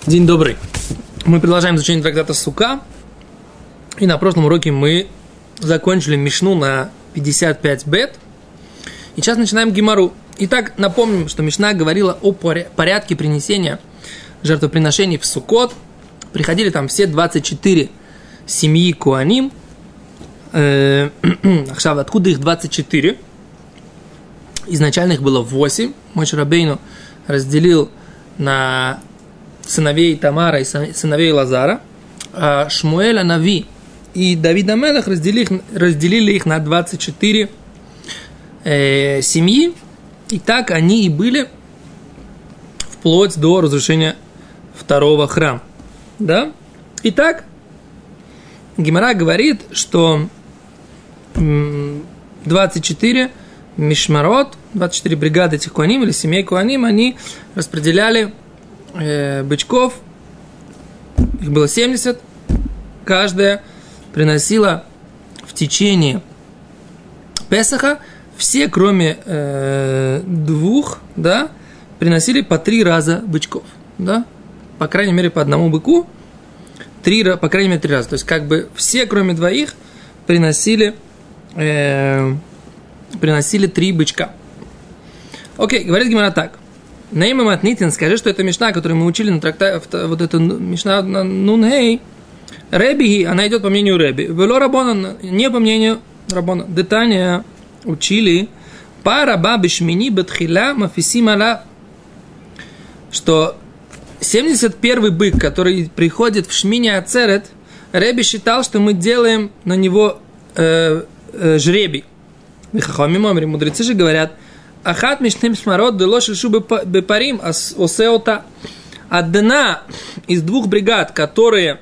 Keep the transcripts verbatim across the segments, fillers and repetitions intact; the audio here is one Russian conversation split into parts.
День добрый. Мы продолжаем изучение трактата Сука. И на прошлом уроке мы закончили Мишну на пятьдесят пять бет. И сейчас начинаем Гемару. Итак, напомним, что Мишна говорила о порядке принесения жертвоприношений в Суккот. Приходили там все двадцать четыре семьи Коаним. Ахшав, откуда их двадцать четыре? Изначально их было восемь. Моше Рабейну разделил на сыновей Тамара и сыновей Лазара. А Шмуэль Анави и Давид Амелех разделили, разделили их на двадцать четыре э, семьи. И так они и были вплоть до разрушения второго храма. Да? Итак, Гемара говорит, что двадцать четыре мишмарот, двадцать четыре бригады этих куаним или семей куаним, они распределяли э, бычков. Их было семьдесят. Каждая приносила в течение Песаха, все, кроме э, двух, да, приносили по три раза бычков. Да? По крайней мере, по одному быку. Три, по крайней мере, три раза. То есть, как бы все, кроме двоих, приносили, э, приносили три бычка. Окей, говорит Гемара так. Нейма Матнитин, скажи, что это Мишна, которую мы учили на трактате, вот эту Мишна на Нунхей. Реби, она идет по мнению Реби. Вело Рабона, не по мнению Рабона. Детания учили пара бабы шмини бетхила мафисимала, что семьдесят первый бык, который приходит в Шмини Ацерет, Реби считал, что мы делаем на него э, э, жребий. Мудрецы же говорят, ахат мишним смарот дело шельшу бепарим осеота. Одна из двух бригад, которые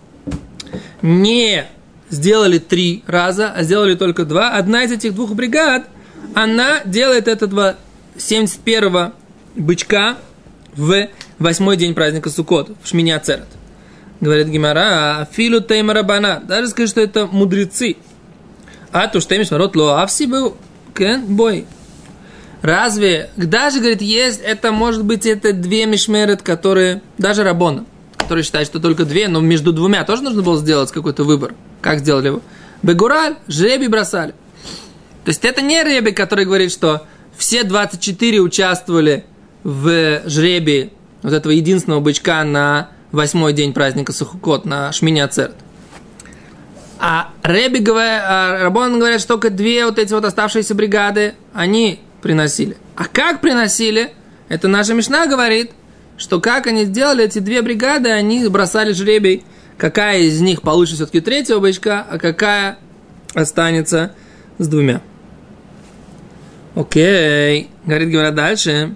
не сделали три раза, а сделали только два, одна из этих двух бригад, она делает этого семьдесят первого бычка в восьмой день праздника Суккот, в Шмини Ацерет. Говорит Гемара, афилу тейма рабана, даже скажи, что это мудрецы. А то что имеешь народ ло авси был кен бой. Разве, даже, говорит, есть, это может быть, это две мишмерет, которые, даже Рабона, который считает, что только две, но между двумя тоже нужно было сделать какой-то выбор. Как сделали его? Бегураль, жребий бросали. То есть это не Реби, который говорит, что все двадцать четыре участвовали в жребии вот этого единственного бычка на восьмой день праздника Суккот, на Шмини Ацерет. А Реби, а Рабон говорят, что только две вот эти вот оставшиеся бригады, они приносили. А как приносили? Это наша Мишна говорит, что как они сделали эти две бригады, они бросали жребий, какая из них получит все-таки третьего бычка, а какая останется с двумя. Окей, говорит, говорят дальше.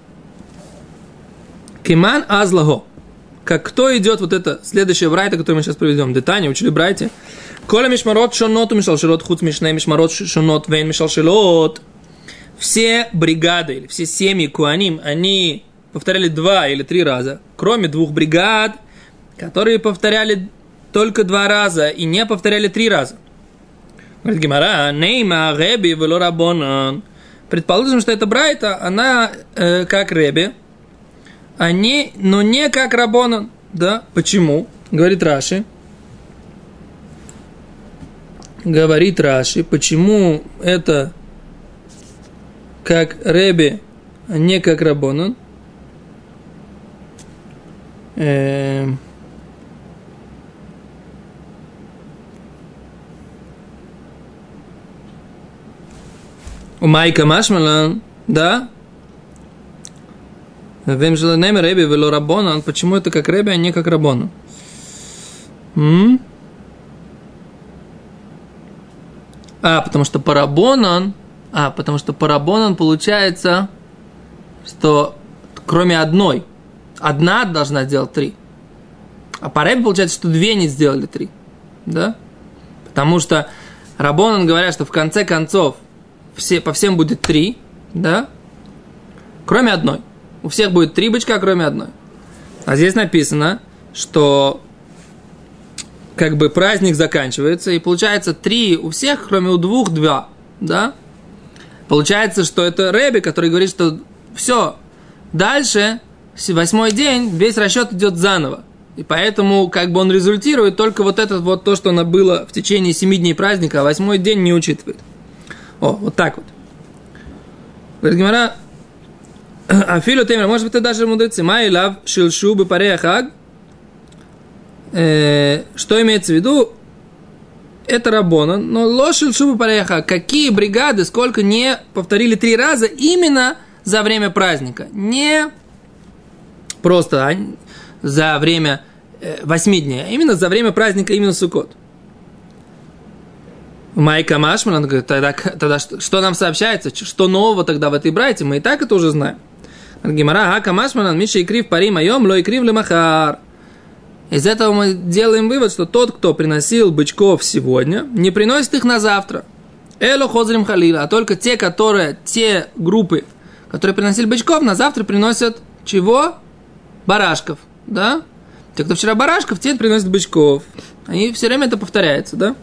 Киман азлаго. Как кто идет вот это следующее брайта, которое мы сейчас проведем. Детание, учили брайте. Коля мишмарот шонот мишалшилот хуц мишней мишмарот шонот вейн мишалшилот. Все бригады, или все семьи Куаним, они повторяли два или три раза, кроме двух бригад, которые повторяли только два раза и не повторяли три раза. Говорит Гемара, нейма Реби вело Рабонан. Предположим, что эта брайта, она э, как Реби, а не, но не как Рабонан. Да? Почему? Говорит Раши. Говорит Раши, почему это как Реби, а не как Рабонан? Эм... У Майка Машмалан, да? Вем желанем Реби вело Рабонан. Почему это как Реби, а не как Рабонан? М? А, потому что по Рабонан, а, потому что по Рабонан получается, что кроме одной, одна должна сделать три. А по Реби получается, что две не сделали три. Да? Потому что Рабонан говорят, что в конце концов все, по всем будет три, да? Кроме одной. У всех будет три бычка, кроме одной. А здесь написано, что как бы праздник заканчивается, и получается три у всех, кроме у двух, два, да? Получается, что это Реби, который говорит, что все, дальше восьмой день весь расчет идет заново. И поэтому как бы он результирует только вот это вот то, что оно было в течение семи дней праздника, а восьмой день не учитывает. О, вот так вот. Говорит Гемара, Афилу Темер, может быть, это даже мудрецы. Май лав шилшу бы пареяхаг. Что имеется в виду? Это рабона, но лошил шубу пареха. Какие бригады, сколько не повторили три раза именно за время праздника. Не просто а за время э, восьми дней, а именно за время праздника, именно Суккот. Майка Машман, он говорит, тогда, тогда что, что нам сообщается? Что нового тогда в этой брайте? Мы и так это уже знаем. Гемара, Ака Машман, Миша и Крив пари моем, ло и Крив лемахар. Из этого мы делаем вывод, что тот, кто приносил бычков сегодня, не приносит их на завтра. Эло хозрим халила, а только те, которые, те группы, которые приносили бычков, на завтра приносят чего? Барашков, да? Те, кто вчера барашков, те приносят бычков. Они все время это повторяется, да?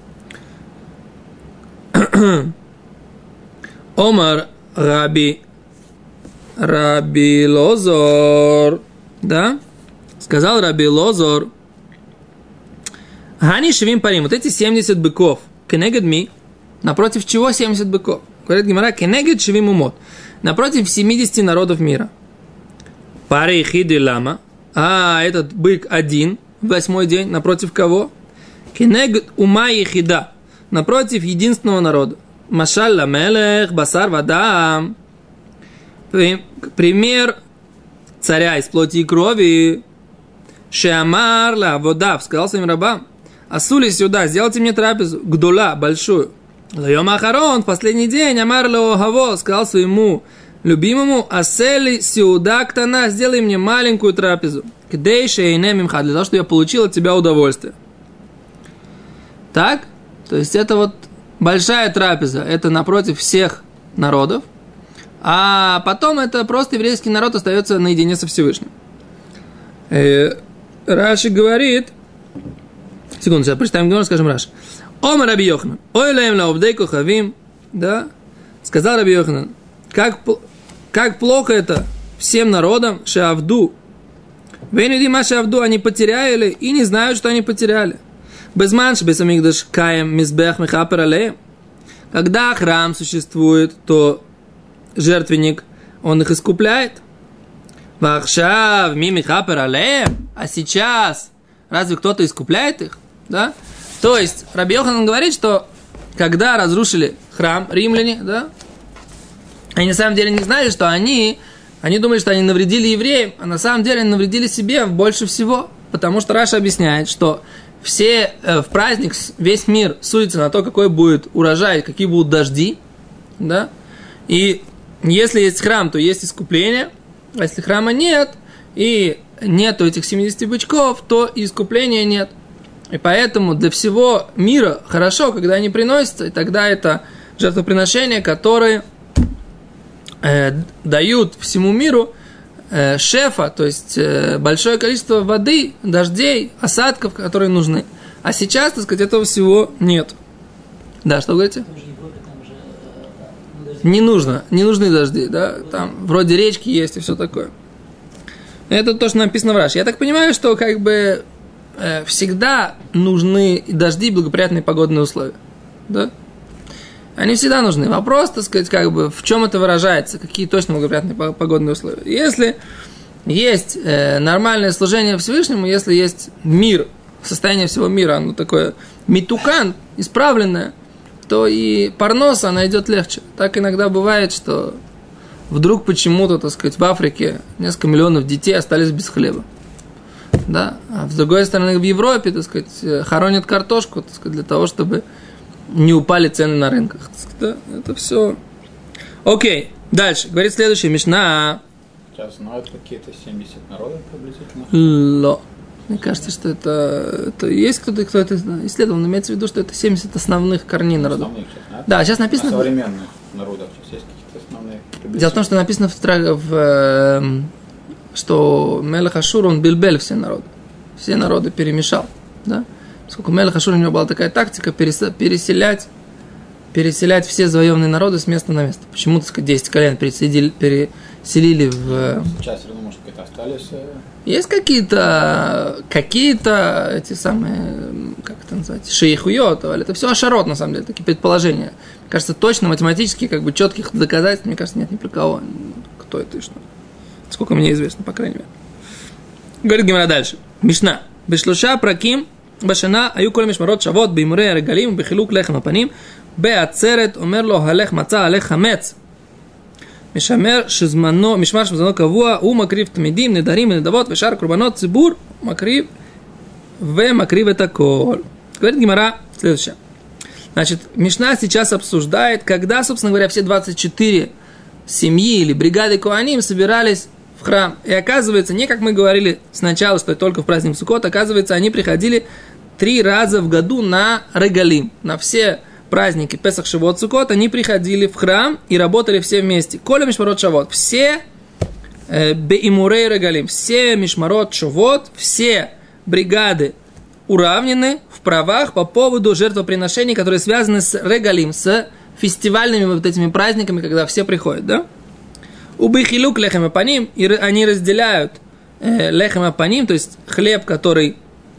Омар Раби Раби Лозор, да? Сказал Раби Лозор, Гани шевим парим, вот эти семьдесят быков, кенегед ми, напротив чего семьдесят быков? Говорит Гемара, кенегед шевим умот, напротив семидесяти народов мира. Пари хиди лама, а этот бык один, восьмой день, напротив кого? Кенегед ума ехида, напротив единственного народа. Машалла мелех басар вадам, пример царя из плоти и крови. Шеамарла водав, сказал своим рабам, асули сюда, сделайте мне трапезу, гдула, большую. Лайом ахарон, в последний день, амарло огаво, сказал своему любимому, асели сюда ктана, сделай мне маленькую трапезу. Кдей шейнем имха, для того, чтобы я получил от тебя удовольствие. Так, то есть это вот большая трапеза, это напротив всех народов, а потом это просто еврейский народ остается наедине со Всевышним. Раши говорит, секунду, сейчас прочитаем Гемару, скажем Раши. Омар Раби Йоханан, ой лаем лаувдей кохавим, да, сказал Раби Йоханан, как, как плохо это всем народам, шеавду, вейнудима шеавду, они потеряли и не знают, что они потеряли. Безманш бесамигдаш каем мизбех мехапер алеем. Когда храм существует, то жертвенник, он их искупляет. Вахшав мими хапер алеем. А сейчас разве кто-то искупляет их? Да? То есть Раби Йоханан говорит, что когда разрушили храм римляне, да, они на самом деле не знали, что они, они думали, что они навредили евреям, а на самом деле они навредили себе больше всего. Потому что Раша объясняет, что все э, в праздник весь мир судится на то, какой будет урожай, какие будут дожди, да? И если есть храм, то есть искупление. А если храма нет, и нету этих семидесяти бычков, то и искупления нет. И поэтому для всего мира хорошо, когда они приносятся, и тогда это жертвоприношения, которые э, дают всему миру э, шефа, то есть э, большое количество воды, дождей, осадков, которые нужны. А сейчас, так сказать, этого всего нет. Да, что говорите? Не нужно, не нужны дожди, да, там вроде речки есть и все такое. Это то, что написано в Раши. Я так понимаю, что как бы э, всегда нужны дожди и благоприятные погодные условия, да? Они всегда нужны. Вопрос, так сказать, как бы в чем это выражается, какие точно благоприятные погодные условия. Если есть э, нормальное служение Всевышнему, если есть мир, состояние всего мира, оно такое митукан, исправленное, то и парнос, она идет легче. Так иногда бывает, что вдруг почему-то, так сказать, в Африке несколько миллионов детей остались без хлеба. Да? А с другой стороны, в Европе, так сказать, хоронят картошку, так сказать, для того, чтобы не упали цены на рынках. Так сказать, да? Это все. Окей, дальше. Говорит следующий Мишна. Сейчас знают какие-то семьдесят народов приблизительно? Ло. Мне кажется, что это, это есть кто-то, кто это исследовал, но имеется в виду, что это семьдесят основных корней народов. Основных сейчас, да? Да, сейчас написано... А современных народов сейчас есть какие-то основные... Дело в том, что написано в, в что Мелех Ашур, он бильбель все народы. Все народы перемешал, да? Поскольку Мелех Ашур, у него была такая тактика переселять, переселять все завоеванные народы с места на место. Почему, так сказать, десять колен переселили, селили в... Сейчас все равно, может, какие-то остались. Есть какие-то, какие-то эти самые, как это назвать, шейхуйот, это все ашарот, на самом деле, такие предположения. Мне кажется, точно математически, как бы четких доказательств, мне кажется, нет ни про кого. Кто это и что. Сколько мне известно, по крайней мере. Говорит Гемара дальше. Мишна. Бешлуша праким башана аю коль мишмарот шавот бимурей регалим бихилук лехем апаним беацерет омер ло халех маца алех хамец. משמר שזמנו, משמר שזמנו קבוע, הוא מקריב תמידים, נדרים ונדבות ושאר קורבנות ציבור, מקריב ומקריב את הכל. Говорит Гемара следующее. Значит, Мишна сейчас обсуждает, когда, собственно говоря, все двадцать четыре семьи или бригады Коаним собирались в храм. И оказывается, не как мы говорили сначала, что только в праздник Суккот, оказывается, они приходили три раза в году на Регалим, на все праздники Песах, Шавуот, Суккот, они приходили в храм и работали все вместе. Коля Мишмарот Шавот, все э, Беимурей Регалим, все Мишмарот Шавот, все бригады уравнены в правах по поводу жертвоприношений, которые связаны с Регалим, с фестивальными вот этими праздниками, когда все приходят, да? Убихилук лехем апаним, и они разделяют э, лехем апаним, то есть хлеб, который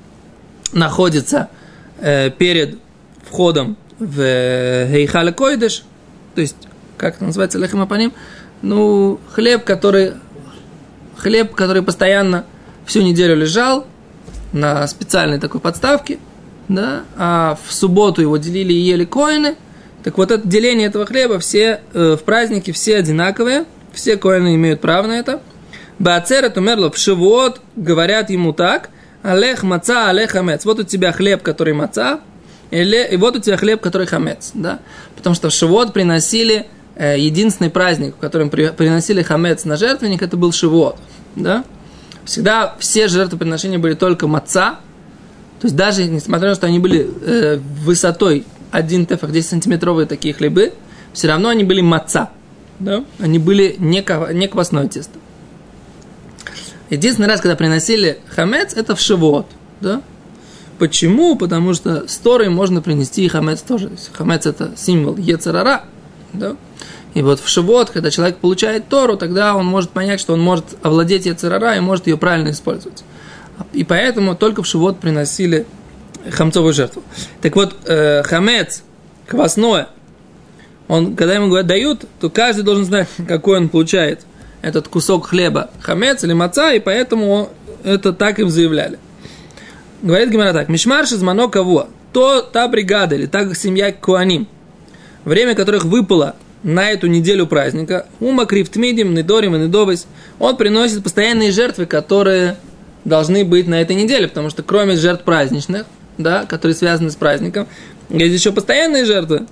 находится э, перед входом в Хейхале Койдеш, то есть, как это называется, лехем апаним, ну, хлеб, который, хлеб, который постоянно всю неделю лежал на специальной такой подставке, да, а в субботу его делили и ели коины. Так вот, это деление этого хлеба, все э, в праздники все одинаковые, все коины имеют право на это. Баацерет умерло в Шавуот, говорят ему так, алех маца, алех хамец, вот у тебя хлеб, который маца, Или, и вот у тебя хлеб, который хамец, да? Потому что в Шавуот приносили э, единственный праздник, в котором при, приносили хамец на жертвенник, это был Шавуот, да? Всегда все жертвоприношения были только маца, то есть даже несмотря на то, что они были э, высотой один тефах, десять сантиметровые такие хлебы, все равно они были маца, да? Они были не, не квасное тесто. Единственный раз, когда приносили хамец, это в Шавуот, да? Почему? Потому что с Торой можно принести и хамец тоже. Хамец – это символ йецер ара, да? И вот в Шавуот, когда человек получает Тору, тогда он может понять, что он может овладеть йецер ара и может ее правильно использовать. И поэтому только в Шавуот приносили хамцовую жертву. Так вот, э, хамец, квасное, он, когда ему говорят дают, то каждый должен знать, какой он получает этот кусок хлеба, хамец или маца, и поэтому это так им заявляли. Говорит Гемара так: Мишмар шизмано кавуа, то та бригада или та семья Коаним, время которых выпало на эту неделю праздника, ума кривтмидим, недорим и недовис, он приносит постоянные жертвы, которые должны быть на этой неделе, потому что кроме жертв праздничных, да, которые связаны с праздником, есть еще постоянные жертвы.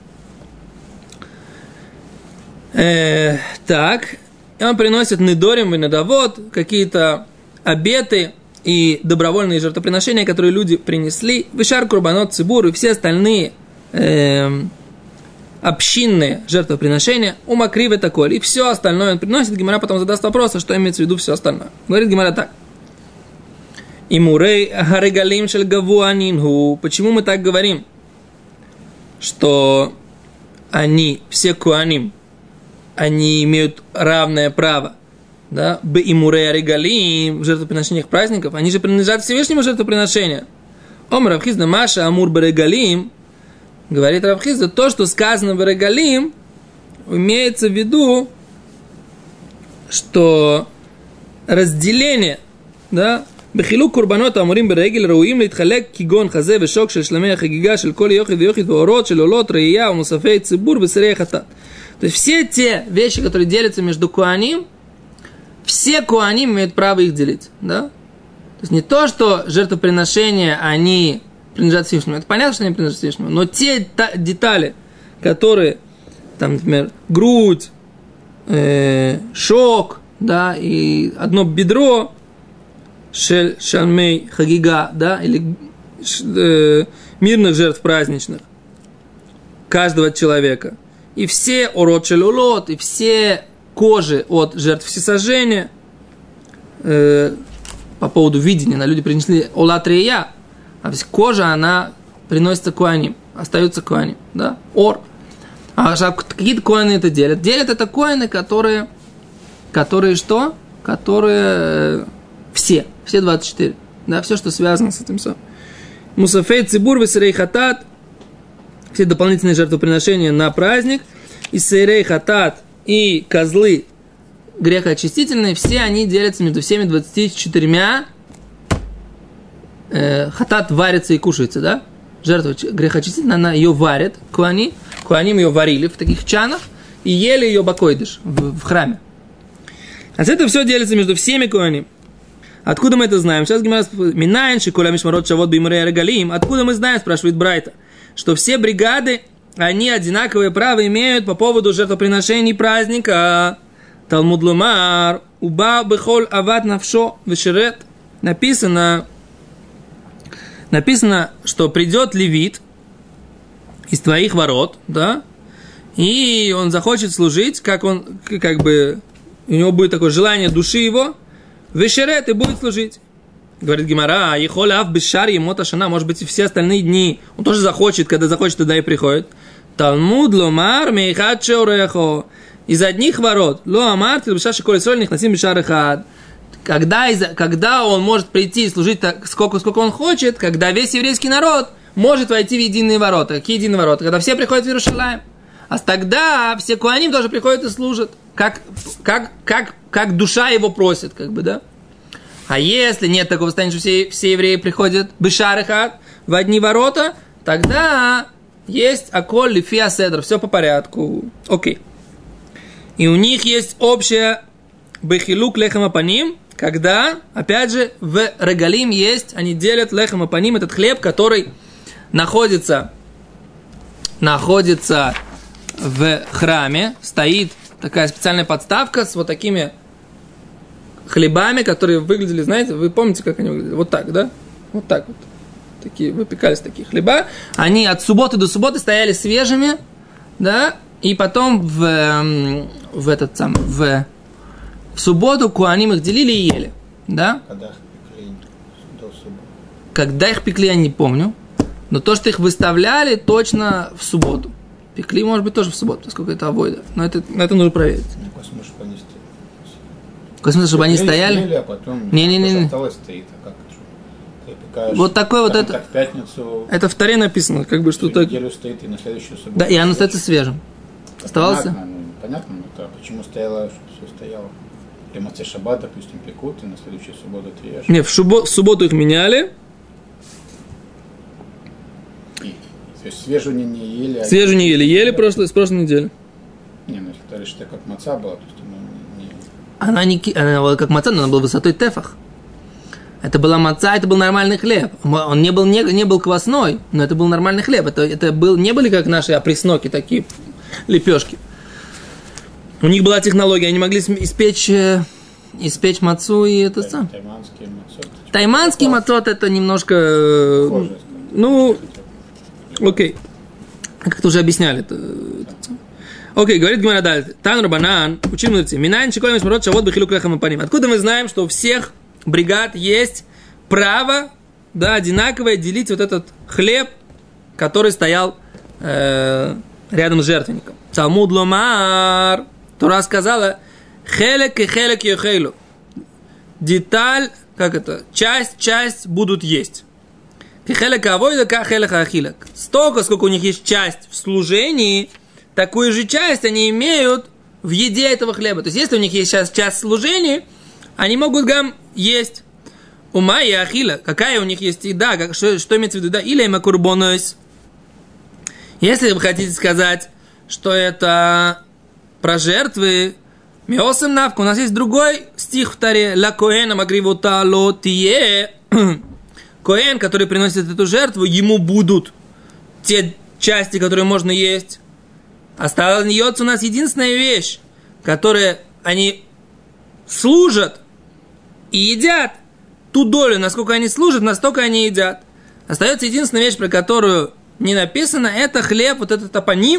Э, так, он приносит недорим и недовод, какие-то обеты и добровольные жертвоприношения, которые люди принесли, вишар курбанот цибур и все остальные э, общинные жертвоприношения, умакриве такой, и все остальное он приносит. Гемара потом задаст вопрос, а что имеется в виду все остальное. Говорит Гемара так: Имурей харегалим шель гавуанинху. Почему мы так говорим, что они, все куаним, они имеют равное право, да, б имурей регалим в жертвоприношениях праздников, они же принадлежат Всевышнему жертвоприношению. Ом Рав Хизда Маша Амур Берегалим, говорит Рав Хизда, то, что сказано Берегалим, имеется в виду, что разделение, да, бехилук курбанот амурим берегель рауим литхалек кигон хазе вешок шель шламей хагига шель коли йохид вьохид воорот шель олот раия умусафей цибур весерей хатат. То есть все те вещи, которые делятся между куаним, все куаним имеют право их делить, да? То есть не то, что жертвоприношения, они принадлежат Всевышнему. Это понятно, что они принадлежат Всевышнему. Но те та, детали, которые, там, например, грудь, э, шок, да, и одно бедро, шель шалмей хагига, да, или э, мирных жертв праздничных каждого человека. И все урод шель улот, и все кожи от жертв всесожжения, э, по поводу видения, на люди принесли олат рея, а то есть кожа, она приносится коаним, остается коаним, да, ор. А какие-то коины это делят? Делят это коины, которые, которые что? Которые все, все двадцать четыре. Да, все, что связано с этим самым. Мусафей, цибур, весерей хатат. Все дополнительные жертвоприношения на праздник. И сейрей хатат, и козлы грехоочистительные, все они делятся между всеми двадцатью четырьмя. Э, хатат варится и кушается, да? Жертва грехоочистительная, она ее варит, куани. Куаним ее варили в таких чанах и ели ее бакойдыш в, в храме. А это все делится между всеми куаним. Откуда мы это знаем? Сейчас Гемара спрашивает, Минайн шиколя мишмарот шавот бимурей регалим. Откуда мы знаем, спрашивает Брайта, что все бригады, они одинаковые права имеют по поводу жертвоприношений праздника. Талмуд ломар, уба бехоль ават навшо вешерет. Написано, написано, что придет левит из твоих ворот, да, и он захочет служить, как он, как бы, у него будет такое желание души его, вешерет, и будет служить. Говорит Гемара, ехоляв бешар емота шана, может быть, и все остальные дни он тоже захочет, когда захочет, тогда и приходит. Талмуд ломар мейхат шеурехо. Из одних ворот. Ло амар тилбешар шиколь соль нихнасим бешар эхад. Когда, когда он может прийти и служить так, сколько, сколько он хочет, когда весь еврейский народ может войти в единые ворота. Какие единые ворота? Когда все приходят в Иерусалим. А тогда все куаним тоже приходят и служат. Как, как, как, как душа его просит, как бы, да? А если нет такого состояния, что все, все евреи приходят бешар эхад в одни ворота, тогда есть аколь лифи аседр. Все по порядку. Окей. И у них есть общее бехилук лехем апаним, когда, опять же, в регалим есть, они делят лехем апаним, этот хлеб, который находится, находится в храме, стоит такая специальная подставка с вот такими хлебами, которые выглядели, знаете, вы помните, как они выглядели? Вот так, да? Вот так вот. Такие, выпекались такие хлеба. Они от субботы до субботы стояли свежими, да, и потом в, в этот самый, в, в субботу куаним их делили и ели, да? Когда их пекли до субботы? Когда их пекли, я не помню, но то, что их выставляли, точно в субботу. Пекли, может быть, тоже в субботу, поскольку это авойда, но это, это нужно проверить. Какой смысл, чтобы они стояли? Какой смысл, чтобы они стояли? Съели, а потом Не-не-не. осталось стоит, а как это? Вот такой вот это. В пятницу. Это в Торе написано, как бы что так. Неделю стоит и на следующую субботу. Да, и оно остается свежим. Оставался? Понятно, ну, понятно, но это почему стояло, чтобы все стояло. При Моцей Шаббат, допустим, пекут, и на следующую субботу ты ешь. Не, в, шубо, в субботу их меняли. И, то есть свежую не, не ели. А свежую не ели, ели прошлой, с прошлой недели. Не, ну если ты говоришь, что как маца была, то есть ну, не... Она не она была как маца, но она была высотой тефах. Это была маца, это был нормальный хлеб. Он не был, не, не был квасной, но это был нормальный хлеб. Это, это был, не были как наши опресноки, такие лепешки. У них была технология, они могли испечь, испечь мацу и это сам. Тайманский мацот. Тайманский мацот это немножко... Похоже, ну, окей. Как-то уже объясняли. Это, это, окей, говорит Гемара дальше. Тан Рабанан, учим мудрецы. Минайн шиколем шмарот шавот бехилук лехем апаним. Откуда мы знаем, что у всех бригад есть право, да, одинаковое делить вот этот хлеб, который стоял э, рядом с жертвенником. Талмуд ломар. Тора сказала, хелек и хелек йохейлу. Деталь, как это, часть, часть будут есть. Хелек авойда, ка хелек ахилек. Столько, сколько у них есть часть в служении, такую же часть они имеют в еде этого хлеба. То есть, если у них есть сейчас часть служения, они могут гам есть. Ума и ахила. Какая у них есть еда? Как, что, что имеется в виду? Да? Или има курбонос. Если вы хотите сказать, что это про жертвы, миосам навка. У нас есть другой стих в Торе. Ла коэна магривота ло тие. Коэн, который приносит эту жертву, ему будут те части, которые можно есть. Остается у нас единственная вещь, которая они служат и едят ту долю, насколько они служат, настолько они едят. Остается единственная вещь, про которую не написано, это хлеб, вот этот апаним.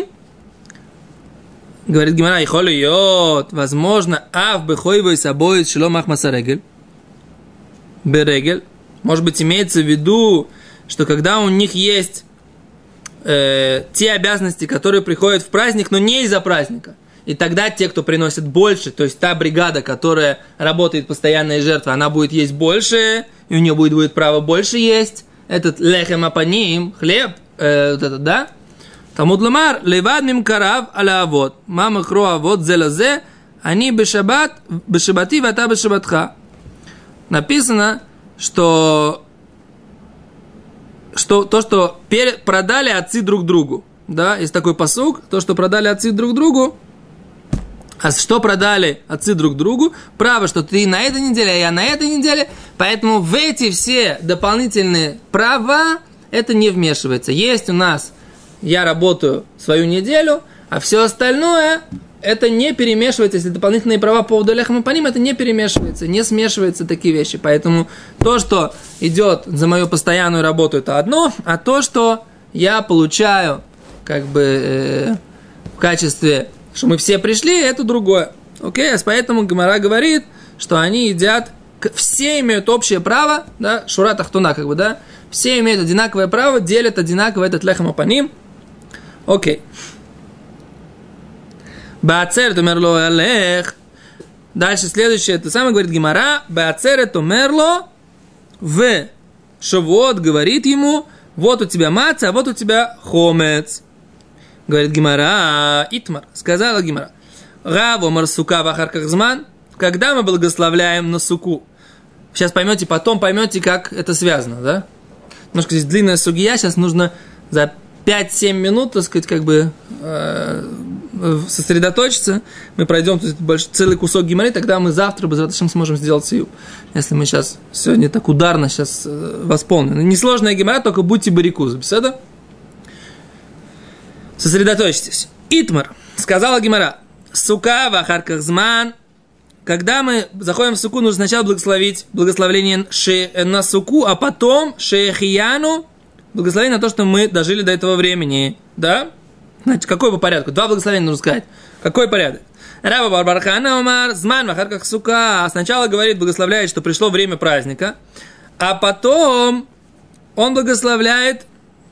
Говорит Гемара, ихолю йод, возможно, ав бехойвой собой шелом ахмасарегель, берегель. Может быть, имеется в виду, что когда у них есть э, те обязанности, которые приходят в праздник, но не из-за праздника. и тогда те, кто приносит больше, то есть та бригада, которая работает постоянная жертва, она будет есть больше, и у нее будет, будет право больше есть. Этот лехем апаним, хлеб, э, вот это, да? Талмуд ломар, левад мим карав аля авот, мама хро авот зелазе, они бешабат, бешабати вата бешабатха. Написано, что, что то, что перед, продали отцы друг другу. Да, есть такой пасук, то, что продали отцы друг другу. А что продали отцы друг другу? Право, что ты на этой неделе, а я на этой неделе. Поэтому в эти все дополнительные права это не вмешивается. Есть у нас, я работаю свою неделю, а все остальное это не перемешивается. Если дополнительные права по поводу лехем апаним, это не перемешивается, не смешиваются такие вещи. Поэтому то, что идет за мою постоянную работу, это одно, а то, что я получаю как бы э, в качестве, что мы все пришли, это другое. Окей, okay? Поэтому Гемара говорит, что они едят, все имеют общее право, да, шура тахтуна, как бы, да, все имеют одинаковое право, делят одинаково этот лехем апаним. Окей. Баацерет умерло алех. Дальше следующее, это самое говорит Гемара, Баацерет умерло в Шавуот говорит ему, вот у тебя маца, а вот у тебя хомец. Говорит Гемара, Итмар, сказала Гемара, Рав омар сука вахарках зман, когда мы благословляем на суку. Сейчас поймете, потом поймете, как это связано, да? Немножко здесь длинная сугия, сейчас нужно за пять-семь минут, так сказать, как бы э, сосредоточиться. Мы пройдем тут больше, целый кусок Гемары, тогда мы завтра без раташем сможем сделать сию. Если мы сейчас сегодня так ударно сейчас э, восполнены. Несложная Гемара, только будьте барикузы. Беседа? Сосредоточьтесь. Итмар, сказала Гемара, сука вахарках зман. Когда мы заходим в суку, нужно сначала благословить благословление ше, на суку, а потом шеяхияну, благословение на то, что мы дожили до этого времени. Да? Значит, какой по порядку? Два благословения нужно сказать. Какой порядок? Раба Барбархана Омар, зман вахарках сука. Сначала говорит, благословляет, что пришло время праздника, а потом он благословляет,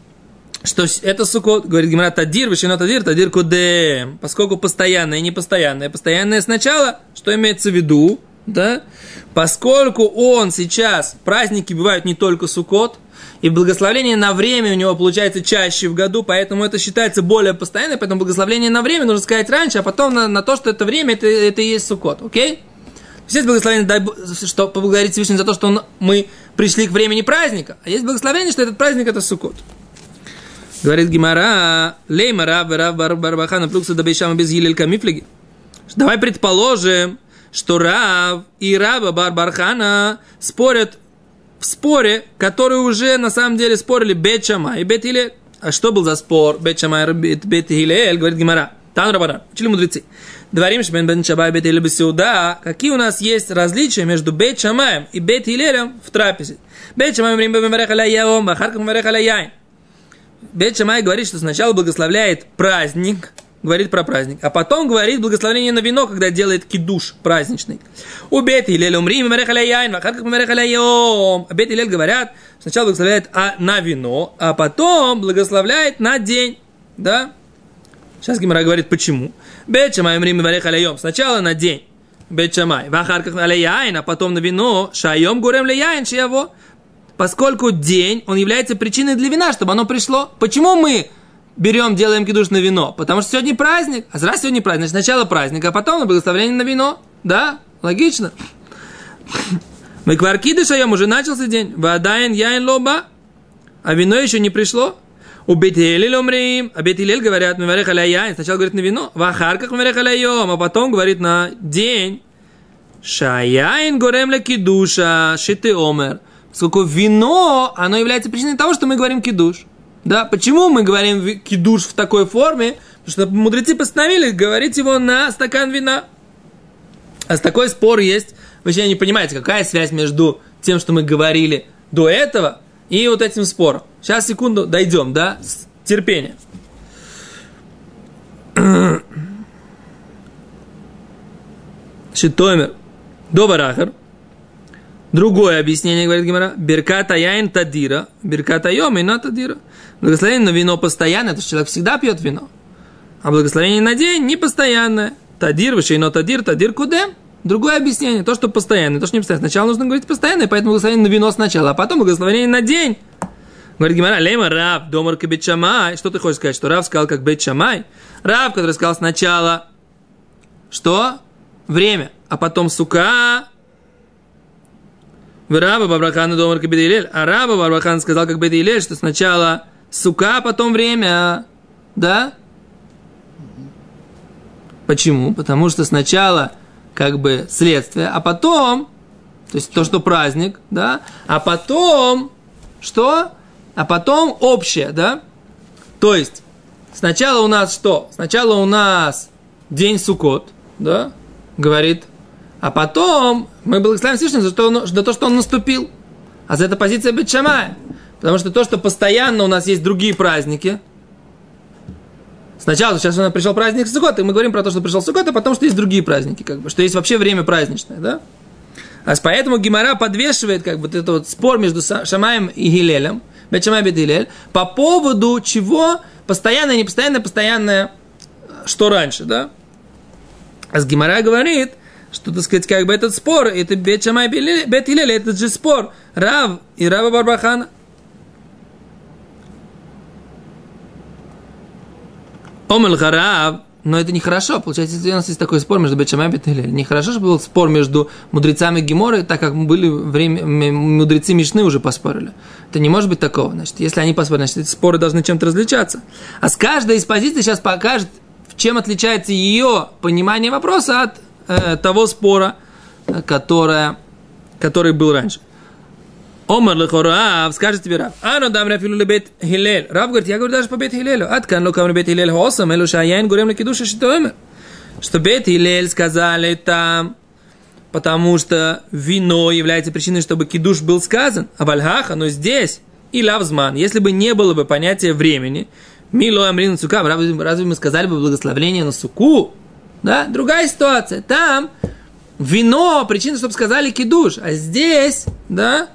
что это сукот, говорит Гемара, тадир, вышина тадир, тадир кудем. Поскольку постоянное и непостоянное. Постоянное сначала, что имеется в виду, да? Поскольку он сейчас, праздники бывают не только сукот, и благословение на время у него получается чаще в году, поэтому это считается более постоянным, поэтому благословение на время нужно сказать раньше, а потом на, на то, что это время, это, это и есть сукот, окей? Есть благословение, дай, что поблагодарить Всевышнего за то, что он, мы пришли к времени праздника, а есть благословение, что этот праздник это сукот. Говорит Гемара, лейма рав рав барбахана плюкса дабейшама без гилелька мифлиги. Давай предположим, что Рав и Раба Барбархана спорят в споре, который уже на самом деле спорили Бет Шамай и Бет Хилель. А что был за спор Бет Шамай и Бет Хилель? Говорит Гемара. Тан Рабанан. Учили мудрецы. Дворим шмен Бет Шамай и Бет Хилель бесеуда. Какие у нас есть различия между Бет Шамаем и Бет Хилелем в трапезе? Бет Шамай говорим бемерех аля яом, вахарках бемерех аля яйн. Бет Шамай говорит, что сначала благословляет праздник, говорит про праздник, а потом говорит благословение на вино, когда делает кидуш праздничный. У Бет Хилель умрим бемерех аля яйн, вахарках бемерех аля яом. А Бет Хилель говорят, сначала благословляет на вино, а потом благословляет на день. Да? Сейчас Гемара говорит, почему. Бет Шамай умрим бемерех аля яйн. Сначала на день. Бет Шамай. Вахарках аля яйн, а потом на вино. Шайом гурем ле яйн шияво. Поскольку день, он является причиной для вина, чтобы оно пришло. Почему мы берем, делаем кидуш на вино? Потому что сегодня праздник. А раз сегодня праздник, значит, сначала праздник, а потом на благословение на вино. Да? Логично. Мы кваркиды шаем, уже начался день. Вадаин яин лоба. А вино еще не пришло. У Бет Хилель умрим. А Бет Хилель говорят, мы варех аля яин. Сначала говорит на вино. Вахарках мы варех аля йом. А потом говорит на день. Шаяин горем ле кидуша. Шиты омер. Поскольку вино, оно является причиной того, что мы говорим кидуш. Да? Почему мы говорим кидуш в такой форме? Потому что мудрецы постановили говорить его на стакан вина. А такой спор есть. Вы еще не понимаете, какая связь между тем, что мы говорили до этого, и вот этим спором. Сейчас, секунду, дойдем, да? Терпение. Шитомер. Добарахар. Другое объяснение, говорит Гемара. Берката яин тадира. Берката йом и на тадира. Благословение на вино постоянное, то есть человек всегда пьет вино. А благословение на день непостоянное. тадир, вышейно тадир, тадир кудем. Другое объяснение, то, что постоянно, то, что не постоянно. Сначала нужно говорить постоянно, поэтому благословение на вино сначала, а потом благословение на день. Говорит Гемара, лема Рав, домар ка бет Шамай. Что ты хочешь сказать, что Рав сказал как бет Шамай? Рав, который сказал сначала, что? Время, а потом сука. Раба Бабрахана домар ка бет Илель. А Раба Бабрахан сказал как бет Илель, что сначала сука, а потом время. Да? Почему? Потому что сначала как бы следствие, а потом, то есть то, что праздник, да, а потом, что? А потом общее, да? То есть, сначала у нас что? Сначала у нас день Суккот, да, говорит, а потом мы благословим Всевышнего за то, за то, что он наступил. А за это позиция бет Шамая. Потому что то, что постоянно у нас есть другие праздники, сначала, сейчас у нас пришел праздник Суккот, и мы говорим про то, что пришел Суккот, а потом, что есть другие праздники, как бы, что есть вообще время праздничное, да? А поэтому Гемара подвешивает, как бы, этот вот спор между Шамаем и Гилелем, бет Шамай бет Гилель, по поводу чего постоянное, непостоянное, постоянное, что раньше, да? А с Гемара говорит, что, так сказать, как бы этот спор, это бет Шамай бет Гилель, этот же спор Рав и Раба Барбахана. Омел Харав, но это нехорошо. Получается, если у нас есть такой спор между бет Шамай и бет Гилель, нехорошо, чтобы был спор между мудрецами Геморы, так как были время, мудрецы Мишны уже поспорили. Это не может быть такого. Значит, если они поспорили, значит, эти споры должны чем-то различаться. А с каждой из позиций сейчас покажет, чем отличается ее понимание вопроса от э, того спора, которое, который был раньше. Омар лехорав, скажет тебе Рав. Ану дам рафилу лебет Гилель. Рав говорит, я говорю даже по бет Гилелю. Аткан локам лебет Гилель хосам, элу шаяин гурем лекидуша шитоэмер. Что бет Гилель сказали там, потому что вино является причиной, чтобы кидуш был сказан. А вальхаха, но здесь и лавзман, если бы не было бы понятия времени, мило амрин сукам, разве мы сказали бы благословление на суку? Да? Другая ситуация. Там вино причина, чтобы сказали кидуш. А здесь, да,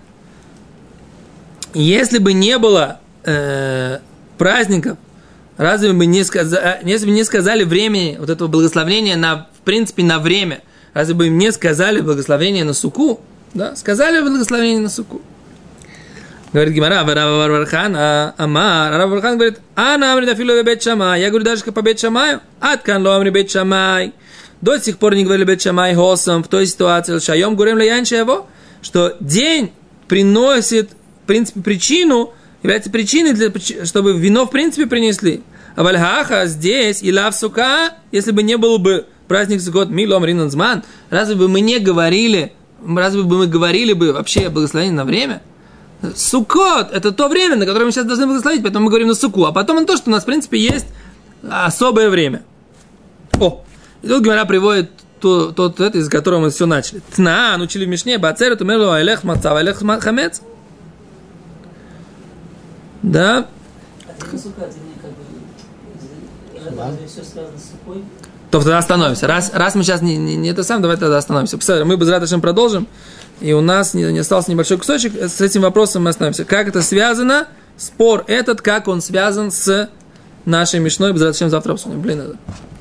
если бы не было э, праздников, разве бы не сказали, если бы не сказали времени вот этого благословения на, в принципе, на время, разве бы им не сказали благословение на суку? Да? Сказали благословение на суку. Говорит Гемара, Рав Барбархан, Амар, Рав Барбархан говорит, Ана амри дафилу бет Шамай, я говорю даже по бет Шамаю, аткан ло амри бет Шамай. До сих пор не говорили бет Шамай хосам в той ситуации, шайом гурем лаянче его, что день приносит, в принципе, причину, является причиной, для, чтобы вино, в принципе, принесли. А вальхаха здесь, и лав сука, если бы не был бы праздник Суккот, милом ринанзман, разве бы мы не говорили, разве бы мы говорили бы вообще благословение на время? Суккот – это то время, на которое мы сейчас должны благословить, поэтому мы говорим на суку. А потом на то, что у нас, в принципе, есть особое время. О, и тут Гемара приводит тот, тот это, из которого мы все начали. Тнаан, учили в Мишне, бацеру тумелу айлех мацав, айлех хамец. Да? А сука, это не как бы, разве все связано с сукой? То тогда остановимся. Раз, раз мы сейчас не, не, не это сам, давай тогда остановимся. Посмотрим, мы без радости продолжим. И у нас не, не остался небольшой кусочек. С этим вопросом мы остановимся. Как это связано? Спор этот, как он связан с нашей Мишной. Без радости завтра обсудим. Блин, это...